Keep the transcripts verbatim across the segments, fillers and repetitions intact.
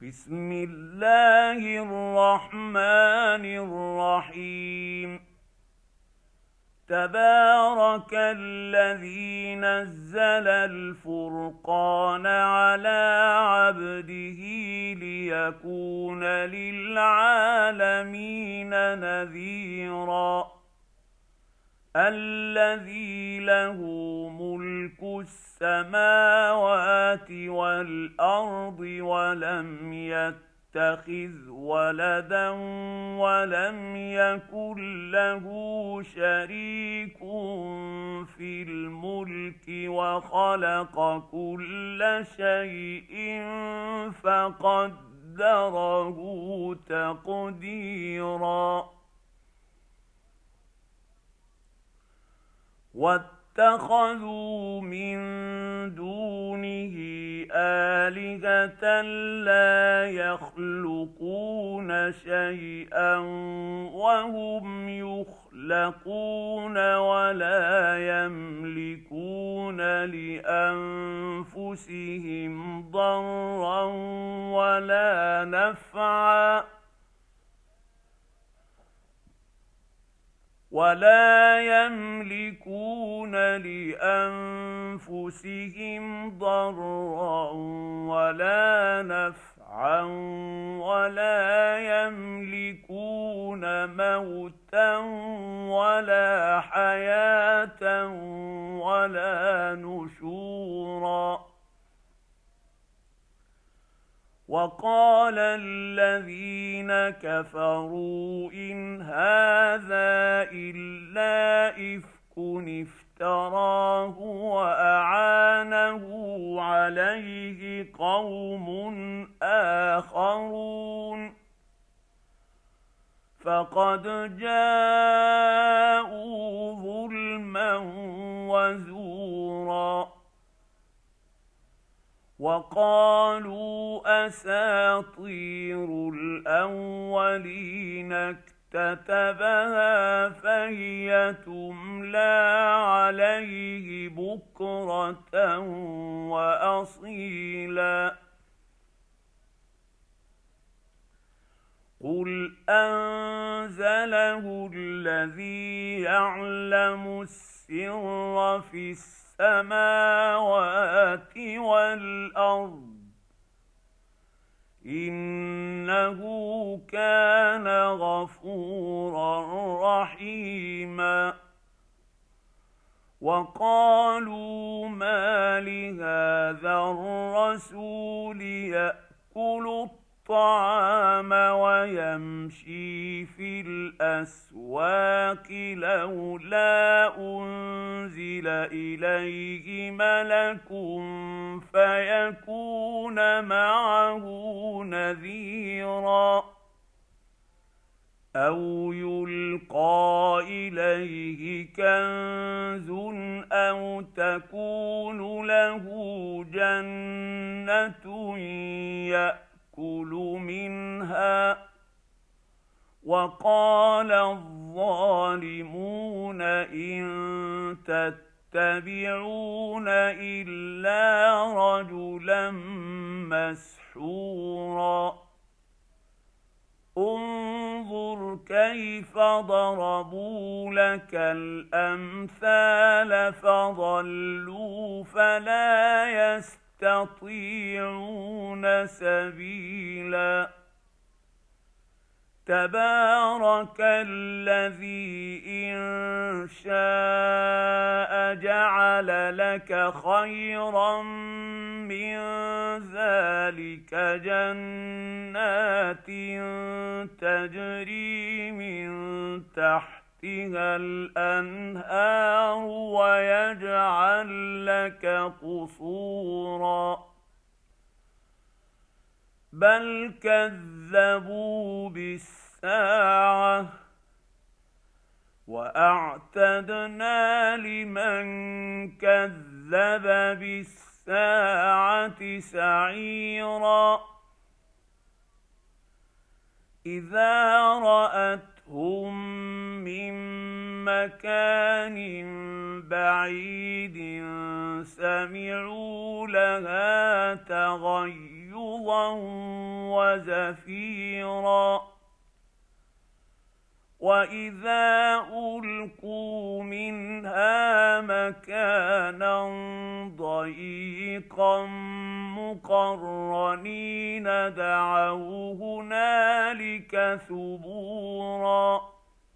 بسم الله الرحمن الرحيم. تبارك الذي نزل الفرقان على عبده ليكون للعالمين نذيرا. الذي له ملك السماوات والأرض ولم يتخذ ولدا ولم يكن له شريك في الملك وخلق كل شيء فقدره تقديرا. واتخذوا من دونه آلهة لا يخلقون شيئا وهم يخلقون ولا يملكون لأنفسهم ضرا ولا نفعا ولا يملكون لأنفسهم ضرا ولا نفعا ولا يملكون موتا ولا حياة ولا نشورا. وقال الذين كفروا إن هذا إلا إفك افتراه وأعانه عليه قوم آخرون فقد جاءوا ظلما وزورا. وقالوا أساطير الأولين اكتتبها فهي تملى عليه بكرة وأصيلا. قل أنزله الذي يعلم السر في السماء السماوات والأرض إنه كان غفورا رحيما. وقالوا ما لهذا الرسول يأكل الطعام ويمشي في الأسواق لولا أنزل إليه ملك فيكون معه نذيرا أو يلقى إليه كنز أو تكون له جنة يأكل كُلُوا منها. وقال الظالمون إن تتبعون إلا رجلا مسحورا. انظر كيف ضربوا لك الأمثال فضلوا فلا يستطيعون يستطيعون سبيلا. تبارك الذي إن شاء جعل لك خيرا من ذلك جنات تجري من تحت الأنهار ويجعل لك قصورا. بل كذبوا بالساعة وأعتدنا لمن كذب بالساعة سعيرا. إذا رأتهم من مكان بعيد سمعوا لها تغيظا وزفيرا وإذا ألقوا منها مكانا ضيقا مقرنين دعوا هنالك ثبورا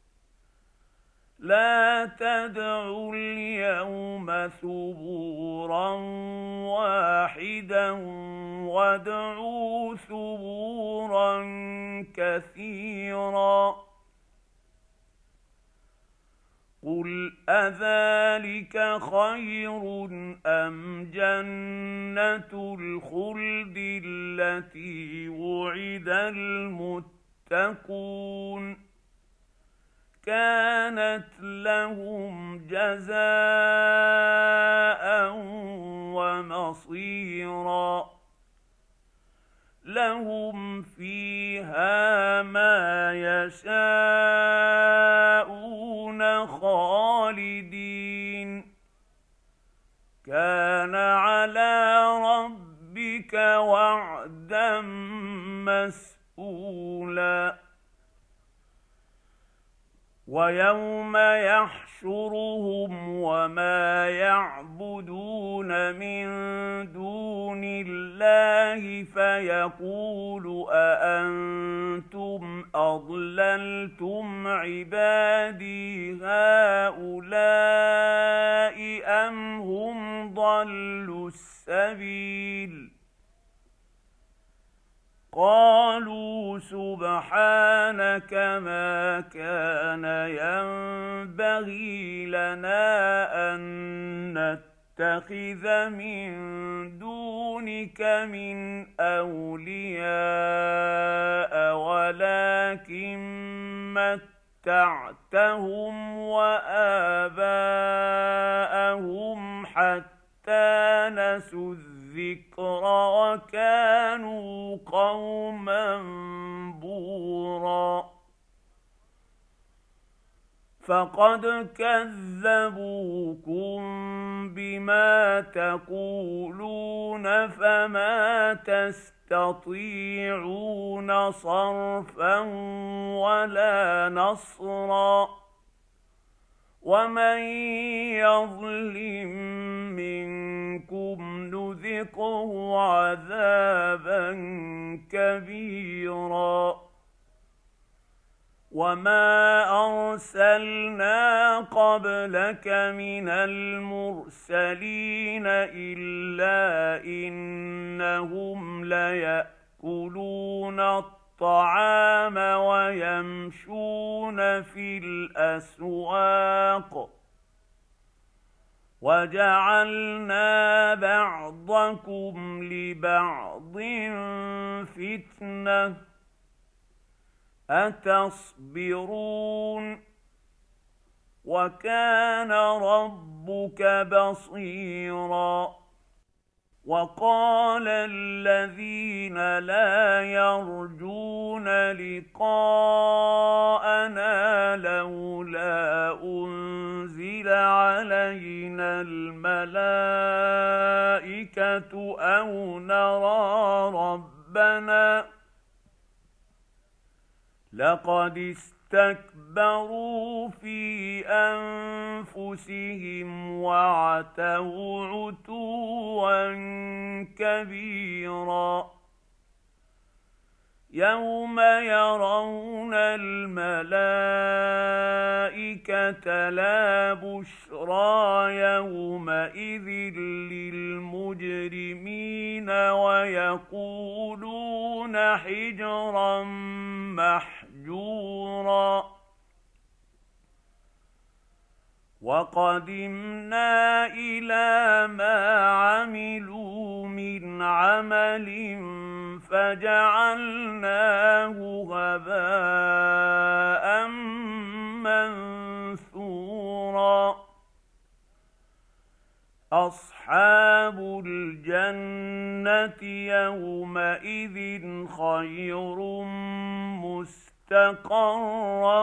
لا تدعوا اليوم ثبورا واحدا وادعوا ثبورا كثيرا قل أذلك خير أم جنة الخلد التي وعد المتقون كانت لهم جزاء ومصيرا لهم فيها ما يشاءون خالدين كان على ربك وعدا مسئولا ويوم يحشرهم وما يعبدون من دون الله فيقول أأنتم أضللتم عبادي هؤلاء أم هم ضلوا السبيل قالوا سبحانك ما كان ينبغي لنا أن نتخذ من دونك من أولياء ولكن متعتهم وآباءهم حتى نسوا الذكر وكانوا قوما بورا فقد كذبوكم بما تقولون فما تستطيعون صرفا ولا نصرا ومن يظلم منكم نذقه عذابا كبيرا وما أرسلنا قبلك من المرسلين إلا إنهم ليأكلون الطعام ويمشون في الأسواق وجعلنا بعضكم لبعض فتنة أتصبرون وكان ربك بصيرا وقال الذين لا يرجون لقاءنا لولا أنزل علينا الملائكة أو نرى ربنا لقد استكبروا في أنفسهم وعتوا عتوا كبيرا يوم يرون الملائكة لا بشرى يومئذ للمجرمين ويقولون حجرا محجورا وقدمنا إلى ما عملوا من عمل فجعلناه هباء منثورا أصحاب الجنة يومئذ خير مستقرا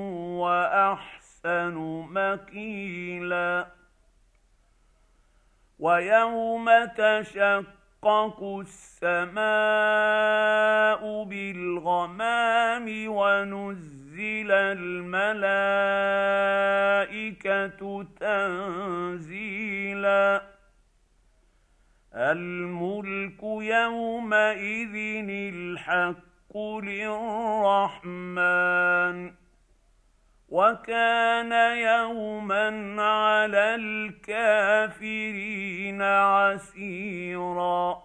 وأحسن مقيلا ويوم تشقق السماء الْمَلَائِكَةُ تَنزِيلًا الْمُلْكُ يَوْمَئِذٍ الْحَقُّ لِلرَّحْمَنِ وَكَانَ يَوْمًا عَلَى الْكَافِرِينَ عَسِيرًا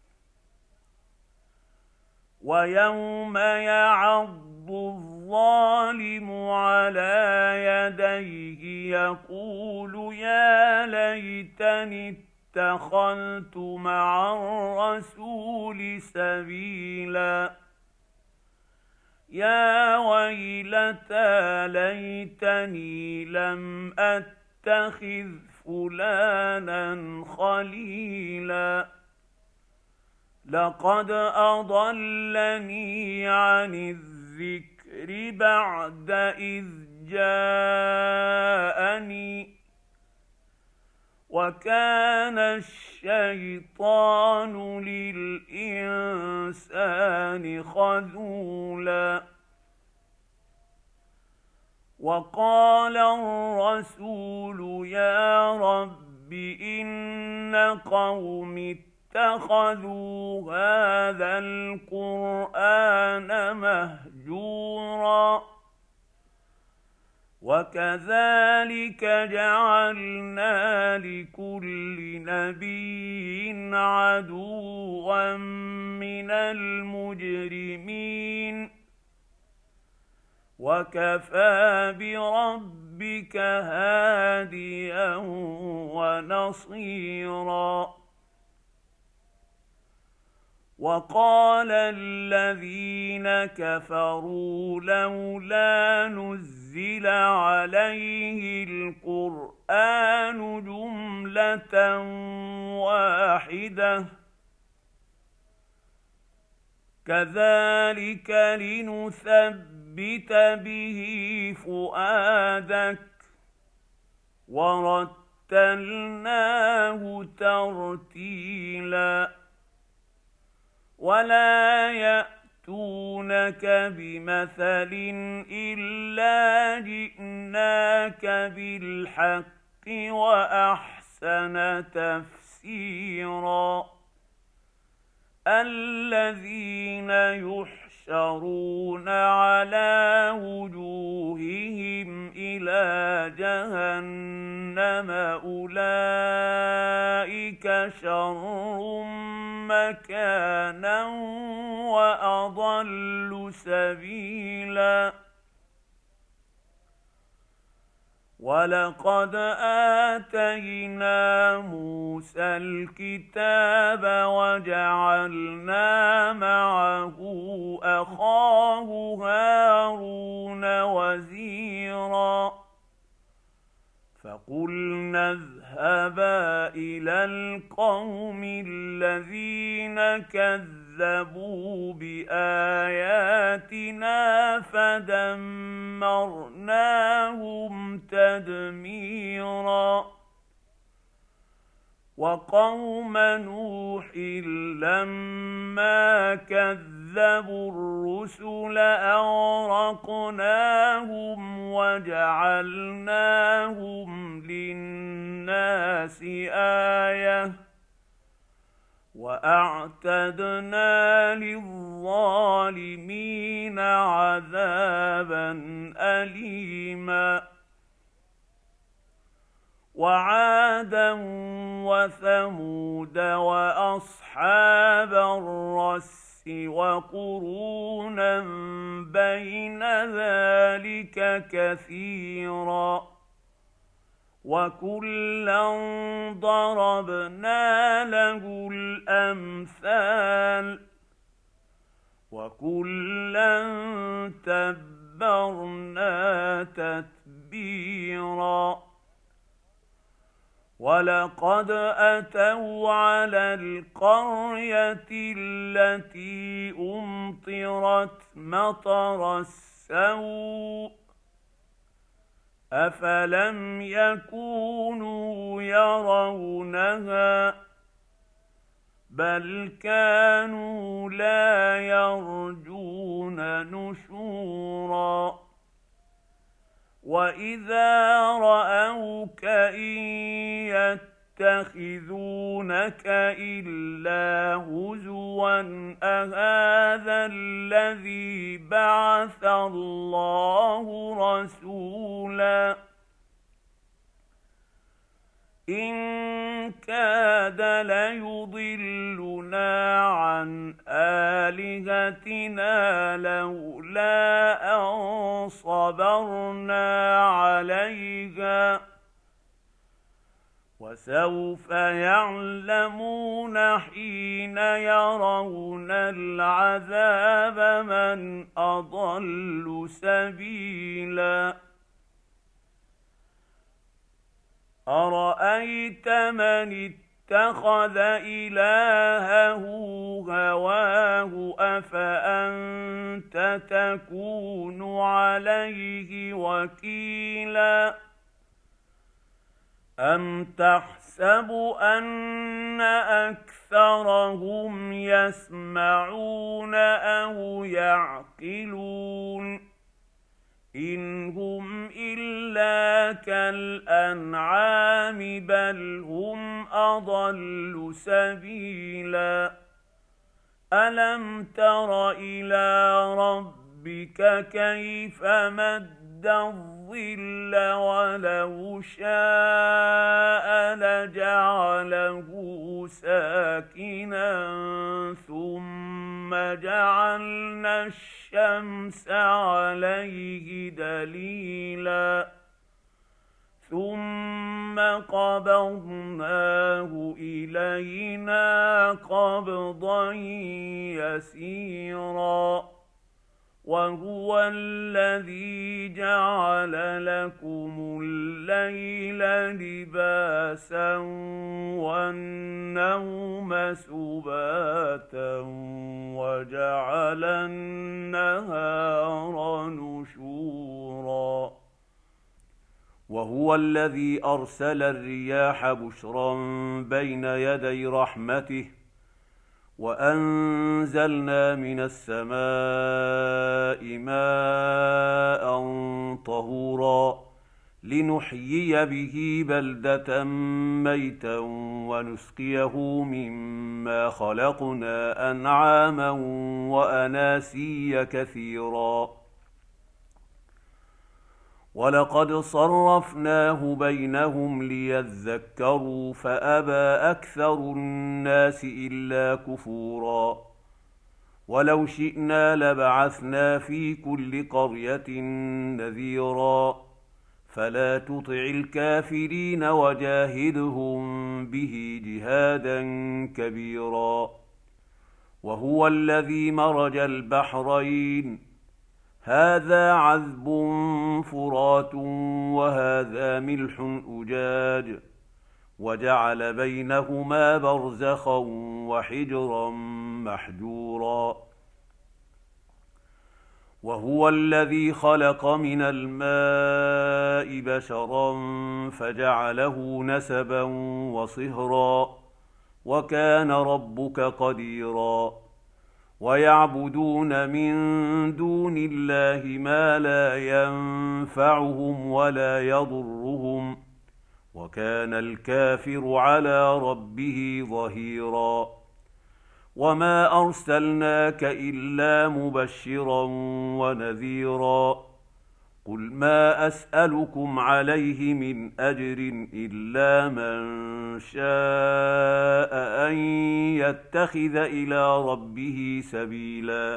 وَيَوْمَ يَعَضُّ الظَّالِمُ عَلَى يَدَيْهِ يَقُولُ يَا لَيْتَنِي اتَّخَذْتُ مَعَ الرَّسُولِ سَبِيلًا يَا وَيْلَتَىٰ لَيْتَنِي لَمْ أَتَّخِذْ فُلَانًا خَلِيلًا لَقَدْ أَضَلَّنِي عَنِ الذِّكْرِ بَعْدَ إِذْ جَاءَنِي وَكَانَ الشَّيْطَانُ لِلْإِنسَانِ خَذُولًا وَقَالَ الرَّسُولُ يَا رَبِّ إِنَّ قَوْمِي اتَّخَذُوا هَٰذَا الْقُرْآنَ مَهْجُورًا وَكَذَٰلِكَ جَعَلْنَا لِكُلِّ نَبِيٍّ عَدُوًّا مِّنَ الْمُجْرِمِينَ وَكَفَىٰ بِرَبِّكَ هَادِيًا وَنَصِيرًا وَقَالَ الَّذِينَ كَفَرُوا لَوْلَا نُزِّلَ عَلَيْهِ الْقُرْآنُ جُمْلَةً وَاحِدَةً كَذَٰلِكَ لِنُثَبِّتَ بِهِ فُؤَادَكَ وَرَتَّلْنَاهُ تَرْتِيلًا وَلَا يَأْتُونَكَ بِمَثَلٍ إِلَّا جِئْنَاكَ بِالْحَقِّ وَأَحْسَنَ تَفْسِيرًا الَّذِينَ يُحْشَرُونَ عَلَىٰ وُجُوهِهِمْ إِلَىٰ جَهَنَّمَ أُولَٰئِكَ شَرٌّ مَّكَانًا وَأَضَلُّ سَبِيلًا وَلَقَدْ آتَيْنَا مُوسَى الْكِتَابَ وَجَعَلْنَا مَعَهُ أَخَاهُ هَارُونَ وَزِيرًا فَقُلْنَا اذْهَبَا إِلَى الْقَوْمِ الَّذِينَ كَذَّبُوا بِآيَاتِنَا فَدَمَّرْنَاهُمْ تَدْمِيرًا وَقَوْمَ نُوحٍ لَّمَّا كَذَّبُوا الرُّسُلَ أَغْرَقْنَاهُمْ وَجَعَلْنَاهُمْ لِلنَّاسِ آيَةً وَأَعْتَدْنَا لِلظَّالِمِينَ عَذَابًا أَلِيمًا وَعَادًا وَثَمُودَ وَأَصْحَابَ الرَّسِّ وَقُرُونًا بَيْنَ ذَلِكَ كَثِيرًا وَكُلًّا ضَرَبْنَا لَهُ الْأَمْثَالَ وَكُلًّا تَبَّرْنَا تَتْبِيرًا وَلَقَدْ أَتَوْا عَلَى الْقَرْيَةِ الَّتِي أُمْطِرَتْ مَطَرَ السَّوْءِ أَفَلَمْ يَكُونُوا يَرَوْنَهَا بَلْ كَانُوا لَا يَرْجُونَ نُشُورًا وإذا رأوك إن يتخذونك إلا هزوا أهذا الذي بعث الله رسولا إن كاد ليضلنا عن آلهتنا لولا أن صبرنا عليها وسوف يعلمون حين يرون العذاب من أضل سبيلا أرأيت من اتخذ إلهه هواه أفأنت تكون عليه وكيلا أم تحسب أن أكثرهم يسمعون أو يعقلون إن هم إلا كالأنعام بل هم أضل سبيلا ألم تر إلى ربك كيف مد الظل ولو شاء لجعله ساكنا ثم جعلنا الشمس عليه دليلا ثم قبضناه إلينا قبضا يسيرا وهو الذي جعل لكم الليل لباسا والنوم سباتا وجعل النهار نشورا وهو الذي أرسل الرياح بشرا بين يدي رحمته وأنزلنا من السماء ماء طهورا لنحيي به بلدة ميتا ونسقيه مما خلقنا أنعاما وأناسيا كثيرا ولقد صرفناه بينهم ليذكروا فأبى أكثر الناس إلا كفورا ولو شئنا لبعثنا في كل قرية نذيرا فلا تطع الكافرين وجاهدهم به جهادا كبيرا وهو الذي مرج البحرين هذا عذب فرات وهذا ملح أجاج وجعل بينهما برزخا وحجرا محجورا وهو الذي خلق من الماء بشرا فجعله نسبا وصهرا وكان ربك قديرا ويعبدون من دون الله ما لا ينفعهم ولا يضرهم وكان الكافر على ربه ظهيرا وما أرسلناك إلا مبشرا ونذيرا قل ما أسألكم عليه من أجر إلا من شاء أن يتخذ إلى ربه سبيلا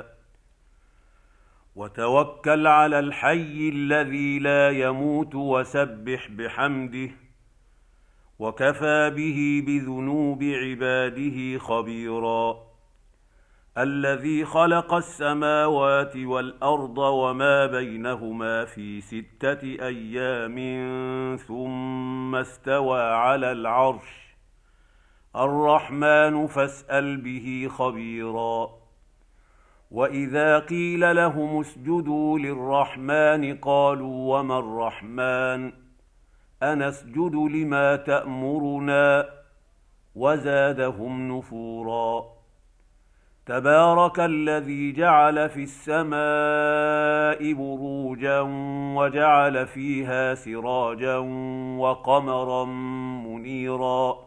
وتوكل على الحي الذي لا يموت وسبح بحمده وكفى به بذنوب عباده خبيرا الذي خلق السماوات والأرض وما بينهما في ستة أيام ثم استوى على العرش الرحمن فاسأل به خبيرا وإذا قيل لهم اسجدوا للرحمن قالوا وما الرحمن أنسجد لما تأمرنا وزادهم نفورا تبارك الذي جعل في السماء بروجا وجعل فيها سراجا وقمرا منيرا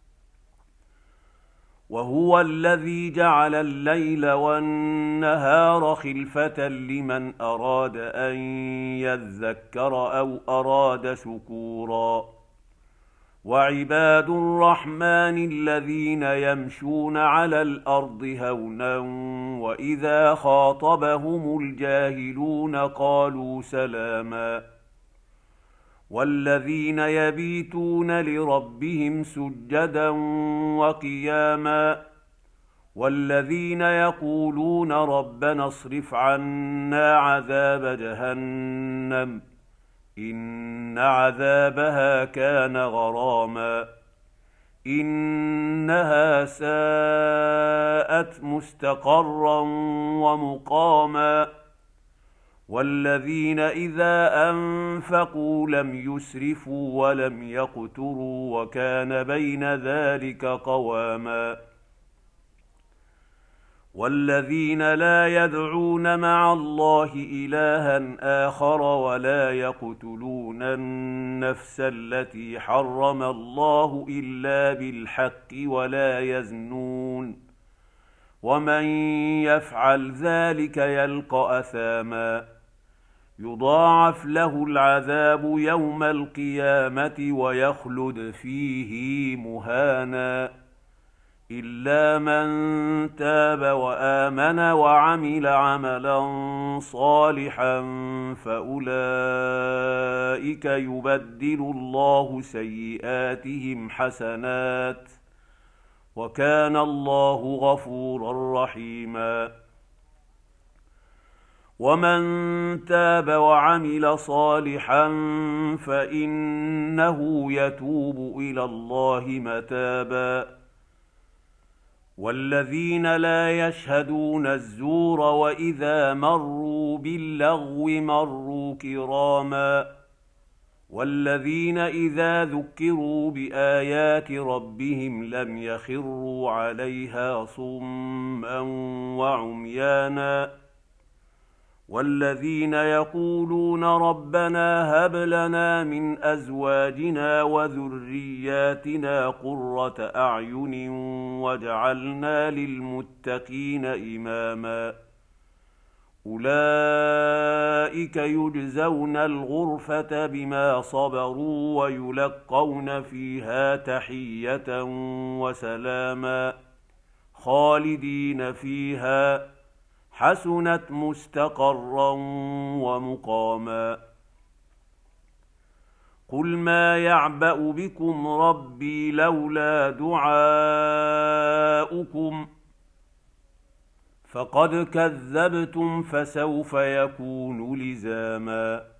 وهو الذي جعل الليل والنهار خلفة لمن أراد أن يذكر أو أراد شكورا وعباد الرحمن الذين يمشون على الأرض هونا وإذا خاطبهم الجاهلون قالوا سلاما والذين يبيتون لربهم سجدا وقياما والذين يقولون ربنا اصرف عنا عذاب جهنم إن عذابها كان غراما إنها ساءت مستقرا ومقاما والذين إذا أنفقوا لم يسرفوا ولم يقتروا وكان بين ذلك قواما والذين لا يدعون مع الله إلها آخر ولا يقتلون النفس التي حرم الله إلا بالحق ولا يزنون ومن يفعل ذلك يلقى أثاما يضاعف له العذاب يوم القيامة ويخلد فيه مهانا إلا من تاب وآمن وعمل عملا صالحا فأولئك يبدل الله سيئاتهم حسنات وكان الله غفورا رحيما ومن تاب وعمل صالحا فإنه يتوب إلى الله متابا والذين لا يشهدون الزور وإذا مروا باللغو مروا كراما والذين إذا ذكروا بآيات ربهم لم يخروا عليها صما وعميانا والذين يقولون ربنا هب لنا من أزواجنا وذرياتنا قرة أعين واجعلنا للمتقين إماما أولئك يجزون الغرفة بما صبروا ويلقون فيها تحية وسلاما خالدين فيها حسنت مستقرا ومقاما قل ما يعبأ بكم ربي لولا دعاؤكم فقد كذبتم فسوف يكون لزاما